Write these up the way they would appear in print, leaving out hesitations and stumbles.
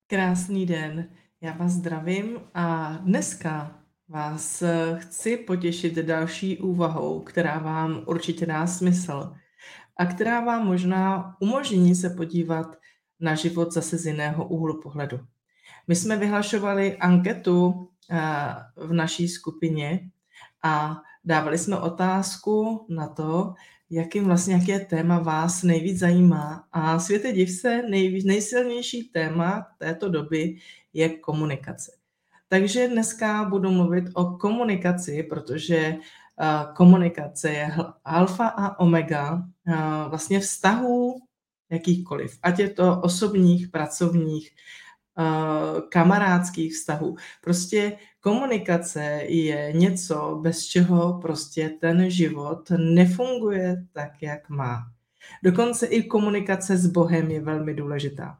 Krásný den, já vás zdravím a dneska vás chci potěšit další úvahou, která vám určitě dá smysl a která vám možná umožní se podívat na život zase z jiného úhlu pohledu. My jsme vyhlašovali anketu v naší skupině a dávali jsme otázku na to, jaké téma vás nejvíc zajímá. A světe div se, nejsilnější téma této doby je komunikace. Takže dneska budu mluvit o komunikaci, protože komunikace je alfa a omega vlastně vztahů jakýchkoliv, ať je to osobních, pracovních, kamarádských vztahů. Prostě komunikace je něco, bez čeho prostě ten život nefunguje tak, jak má. Dokonce i komunikace s Bohem je velmi důležitá.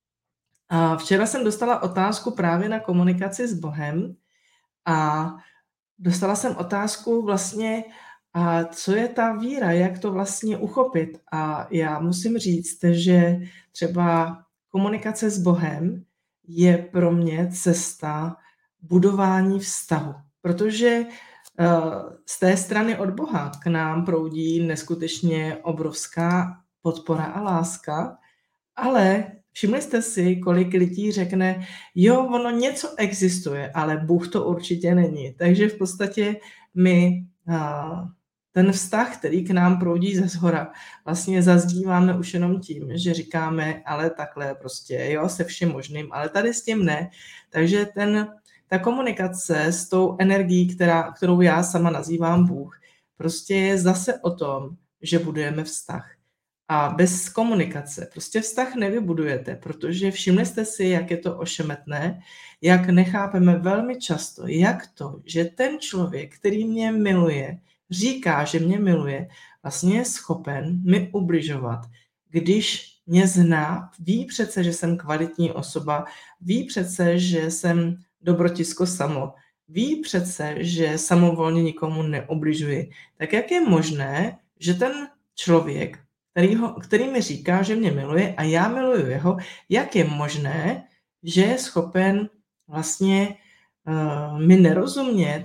A včera jsem dostala otázku právě na komunikaci s Bohem a dostala jsem otázku vlastně, a co je ta víra, jak to vlastně uchopit. A já musím říct, že třeba komunikace s Bohem je pro mě cesta budování vztahu, protože z té strany od Boha k nám proudí neskutečně obrovská podpora a láska, ale všimli jste si, kolik lidí řekne, jo, ono něco existuje, ale Bůh to určitě není. Takže v podstatě my ten vztah, který k nám proudí ze shora, vlastně zazdíváme už jenom tím, že říkáme, ale takhle prostě, jo, se vším možným, ale tady s tím ne. Takže ta komunikace s tou energií, kterou já sama nazývám Bůh, prostě je zase o tom, že budujeme vztah. A bez komunikace prostě vztah nevybudujete, protože všimli jste si, jak je to ošemetné, jak nechápeme velmi často, jak to, že ten člověk, který mě miluje, říká, že mě miluje, vlastně je schopen mi ubližovat, když mě zná, ví přece, že jsem kvalitní osoba, ví přece, že jsem dobrotisko samo, ví přece, že samovolně nikomu neubližuji. Tak jak je možné, že ten člověk, který mi říká, že mě miluje a já miluju jeho, jak je možné, že je schopen vlastně mi nerozumět,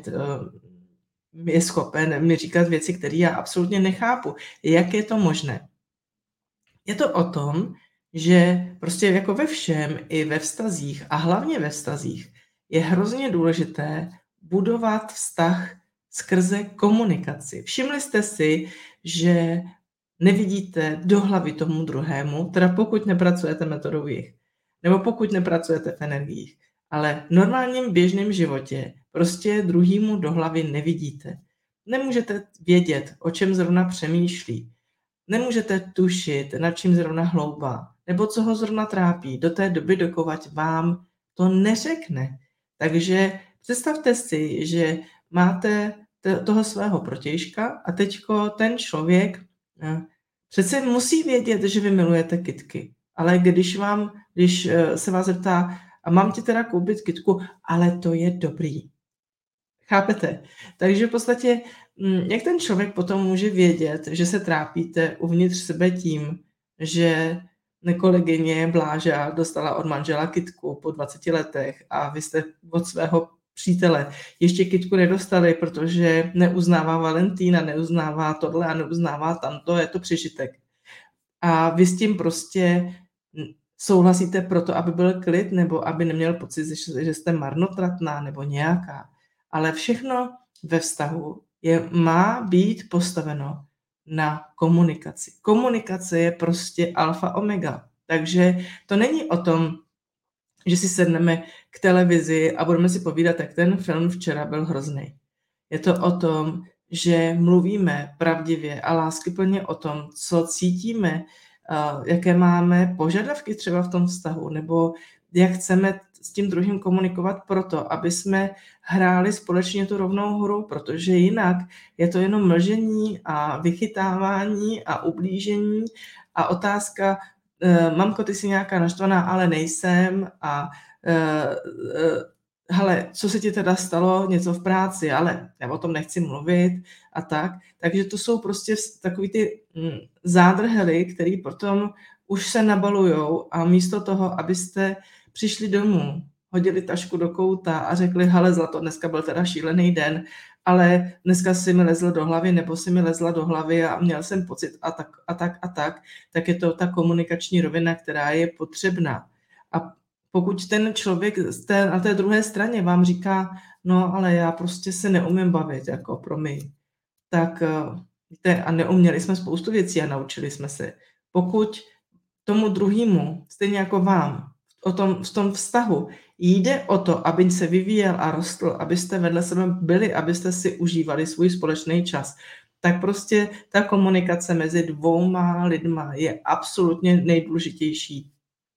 je schopen mi říkat věci, které já absolutně nechápu. Jak je to možné? Je to o tom, že prostě jako ve všem, i ve vztazích a hlavně ve vztazích je hrozně důležité budovat vztah skrze komunikaci. Všimli jste si, že nevidíte do hlavy tomu druhému, teda pokud nepracujete metodou jich, nebo pokud nepracujete v energiích, ale v normálním běžném životě prostě druhýmu do hlavy nevidíte. Nemůžete vědět, o čem zrovna přemýšlí. Nemůžete tušit, nad čím zrovna hloubá, nebo co ho zrovna trápí, do té doby, dokud vám to neřekne. Takže představte si, že máte toho svého protějška a teďko ten člověk přece musí vědět, že vy milujete kytky, ale když se vás zeptá, a mám ti teda koupit kytku, ale to je dobrý. Chápete? Takže v podstatě, jak ten člověk potom může vědět, že se trápíte uvnitř sebe tím, že kolegyně Bláža dostala od manžela kytku po 20 letech a vy jste od svého přítele ještě kytku nedostali, protože neuznává Valentína, neuznává tohle a neuznává tamto, je to přežitek. A vy s tím prostě souhlasíte proto, aby byl klid, nebo aby neměl pocit, že jste marnotratná nebo nějaká. Ale všechno ve vztahu má být postaveno na komunikaci. Komunikace je prostě alfa omega. Takže to není o tom, že si sedneme k televizi a budeme si povídat, jak ten film včera byl hrozný. Je to o tom, že mluvíme pravdivě a láskyplně o tom, co cítíme, jaké máme požadavky třeba v tom vztahu, nebo jak chceme s tím druhým komunikovat proto, aby jsme hráli společně tu rovnou hru, protože jinak je to jenom mlžení a vychytávání a ublížení a otázka, mamko, ty jsi nějaká naštvaná, ale nejsem a hele, co se ti teda stalo, něco v práci, ale já o tom nechci mluvit a tak. Takže to jsou prostě takový ty zádrhely, které potom už se nabalujou a místo toho, abyste přišli domů, hodili tašku do kouta a řekli, hele zlato, dneska byl teda šílený den, ale dneska si mi lezl do hlavy, nebo si mi lezla do hlavy a měl jsem pocit a tak a tak a tak je to ta komunikační rovina, která je potřebná. A pokud ten člověk na té druhé straně vám říká, no ale já prostě se neumím bavit, jako promiň, tak víte, a neuměli jsme spoustu věcí a naučili jsme se. Pokud tomu druhému, stejně jako vám, v tom vztahu jde o to, aby se vyvíjel a rostl, abyste vedle sebe byli, abyste si užívali svůj společný čas, tak prostě ta komunikace mezi dvouma lidma je absolutně nejdůležitější.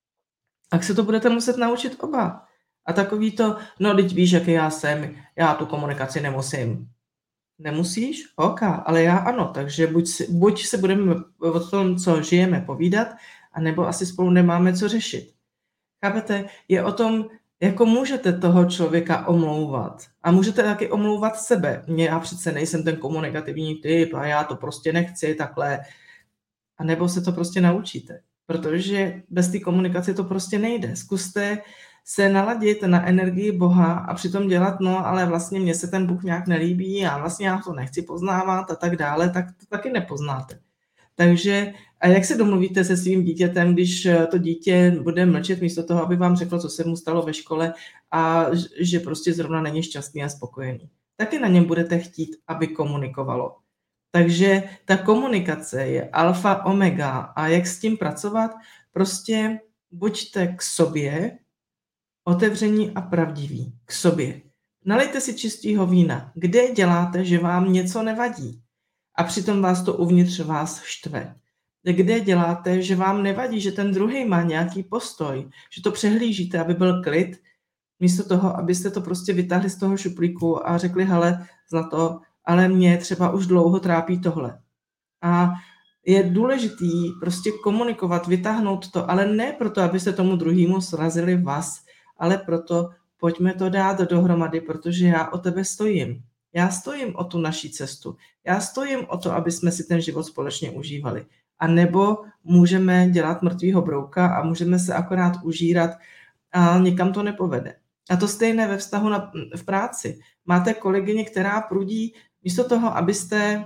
Tak se to budete muset naučit oba. A takový to, no teď víš, jaký já jsem, já tu komunikaci nemusím. Nemusíš? OK, ale já ano, takže buď se budeme o tom, co žijeme, povídat, anebo asi spolu nemáme co řešit. Chápete? Je o tom, jako můžete toho člověka omlouvat. A můžete taky omlouvat sebe. Já přece nejsem ten komunikativní typ a já to prostě nechci takhle. A nebo se to prostě naučíte. Protože bez té komunikace to prostě nejde. Zkuste se naladit na energii Boha a přitom dělat, no ale vlastně mně se ten Bůh nějak nelíbí a vlastně já to nechci poznávat a tak dále, tak to taky nepoznáte. Takže a jak se domluvíte se svým dítětem, když to dítě bude mlčet místo toho, aby vám řeklo, co se mu stalo ve škole a že prostě zrovna není šťastný a spokojený. Taky na něm budete chtít, aby komunikovalo. Takže ta komunikace je alfa omega a jak s tím pracovat? Prostě buďte k sobě otevření a pravdiví. K sobě. Nalejte si čistého vína. Kde děláte, že vám něco nevadí? A přitom vás to uvnitř vás štve. Kde děláte, že vám nevadí, že ten druhý má nějaký postoj, že to přehlížíte, aby byl klid, místo toho, abyste to prostě vytáhli z toho šuplíku a řekli, hele, zlato, ale mě třeba už dlouho trápí tohle. A je důležitý prostě komunikovat, vytáhnout to, ale ne proto, abyste tomu druhému srazili vás, ale proto pojďme to dát dohromady, protože já o tebe stojím. Já stojím o tu naší cestu. Já stojím o to, aby jsme si ten život společně užívali. A nebo můžeme dělat mrtvýho brouka a můžeme se akorát užírat a nikam to nepovede. A to stejné ve vztahu v práci. Máte kolegyni, která prudí, místo toho, abyste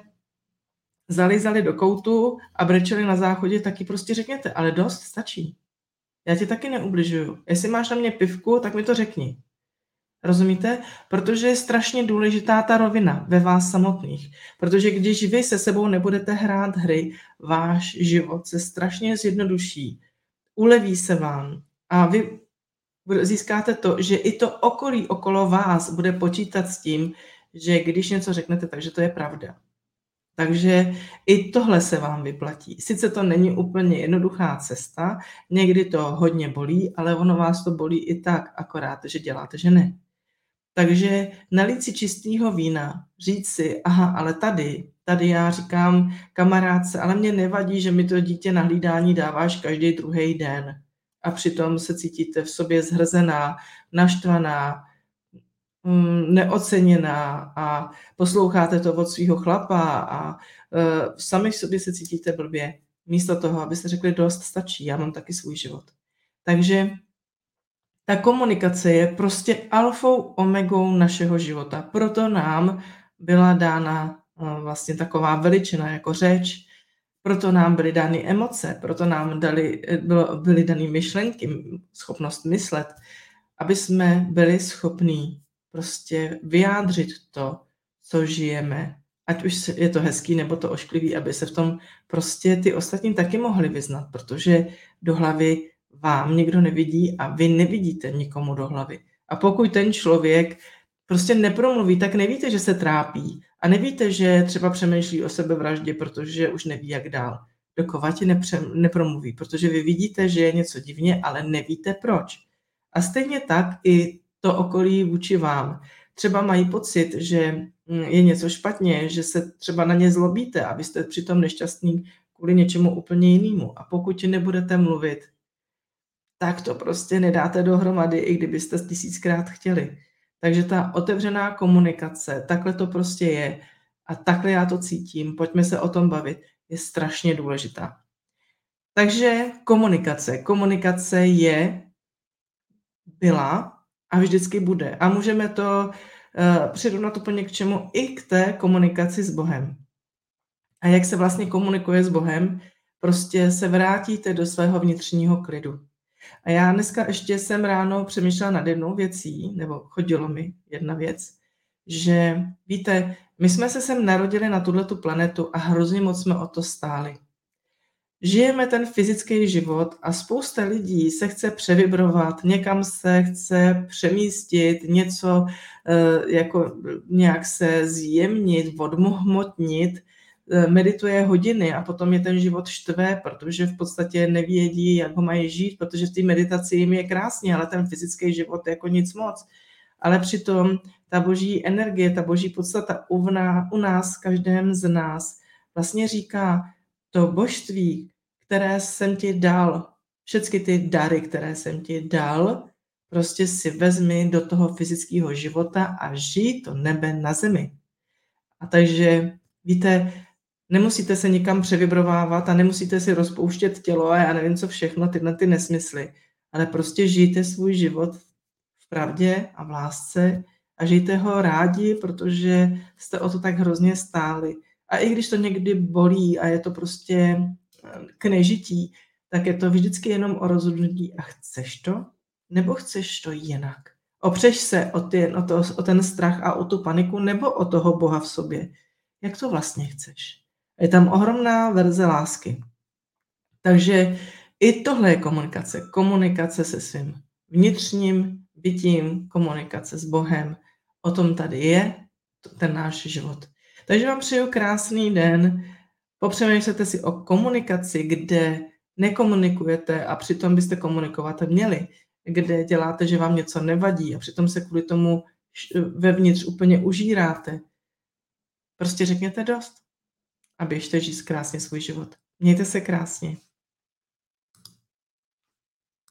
zalízali do koutu a brečeli na záchodě, tak ji prostě řekněte, ale dost, stačí. Já ti taky neubližuju. Jestli máš na mě pivku, tak mi to řekni. Rozumíte? Protože je strašně důležitá ta rovina ve vás samotných. Protože když vy se sebou nebudete hrát hry, váš život se strašně zjednoduší. Uleví se vám a vy získáte to, že i to okolí okolo vás bude počítat s tím, že když něco řeknete, takže to je pravda. Takže i tohle se vám vyplatí. Sice to není úplně jednoduchá cesta, někdy to hodně bolí, ale ono vás to bolí i tak, akorát, že děláte, že ne. Takže nalít si čistého vína, říct si, aha, ale tady já říkám kamarádce, ale mě nevadí, že mi to dítě na hlídání dáváš každý druhý den. A přitom se cítíte v sobě zhrzená, naštvaná, neoceněná a posloucháte to od svého chlapa a sami v sobě se cítíte blbě. Místo toho, abyste řekli, dost stačí, já mám taky svůj život. Takže ta komunikace je prostě alfou, omegou našeho života. Proto nám byla dána vlastně taková veličina jako řeč, proto nám byly dány emoce, proto nám byly dány myšlenky, schopnost myslet, aby jsme byli schopní prostě vyjádřit to, co žijeme. Ať už je to hezký, nebo to ošklivý, aby se v tom prostě ty ostatní taky mohli vyznat, protože do hlavy vám nikdo nevidí a vy nevidíte nikomu do hlavy. A pokud ten člověk prostě nepromluví, tak nevíte, že se trápí a nevíte, že třeba přemýšlí o sebevraždě, protože už neví, jak dál. Dokud nepromluví, protože vy vidíte, že je něco divně, ale nevíte proč. A stejně tak i to okolí vůči vám. Třeba mají pocit, že je něco špatně, že se třeba na ně zlobíte a vy jste přitom nešťastný kvůli něčemu úplně jinému. A pokud nebudete mluvit, tak to prostě nedáte dohromady, i kdybyste 1000krát chtěli. Takže ta otevřená komunikace, takhle to prostě je a takhle já to cítím, pojďme se o tom bavit, je strašně důležitá. Takže komunikace. Komunikace je byla a vždycky bude. A můžeme to přirovnat úplně k čemu? I k té komunikaci s Bohem. A jak se vlastně komunikuje s Bohem? Prostě se vrátíte do svého vnitřního klidu. A já dneska ještě jsem ráno přemýšlela nad jednou věcí, nebo chodilo mi jedna věc, že víte, my jsme se sem narodili na tuhletu planetu a hrozně moc jsme o to stáli. Žijeme ten fyzický život a spousta lidí se chce převibrovat, někam se chce přemístit, něco jako nějak se zjemnit, odmohmotnit, medituje hodiny a potom je ten život štve, protože v podstatě nevědí, jak ho mají žít, protože v té meditaci jim je krásně, ale ten fyzický život je jako nic moc. Ale přitom ta boží energie, ta boží podstata u nás, každém z nás, vlastně říká, to božství, které jsem ti dal, všechny ty dary, které jsem ti dal, prostě si vezmi do toho fyzického života a žij to nebe na zemi. A takže, víte, nemusíte se nikam převibrovávat a nemusíte si rozpouštět tělo a já nevím co všechno, tyhle ty nesmysly, ale prostě žijte svůj život v pravdě a v lásce a žijte ho rádi, protože jste o to tak hrozně stáli. A i když to někdy bolí a je to prostě k nežití, tak je to vždycky jenom o rozhodnutí a chceš to, nebo chceš to jinak. Opřeš se o ten strach a o tu paniku nebo o toho Boha v sobě. Jak to vlastně chceš? Je tam ohromná verze lásky. Takže i tohle je komunikace. Komunikace se svým vnitřním bytím, komunikace s Bohem. O tom tady je ten náš život. Takže vám přeju krásný den. Popřemýšlete si o komunikaci, kde nekomunikujete a přitom byste komunikovat měli. Kde děláte, že vám něco nevadí a přitom se kvůli tomu vevnitř úplně užíráte. Prostě řekněte dost a běžte žít krásně svůj život. Mějte se krásně.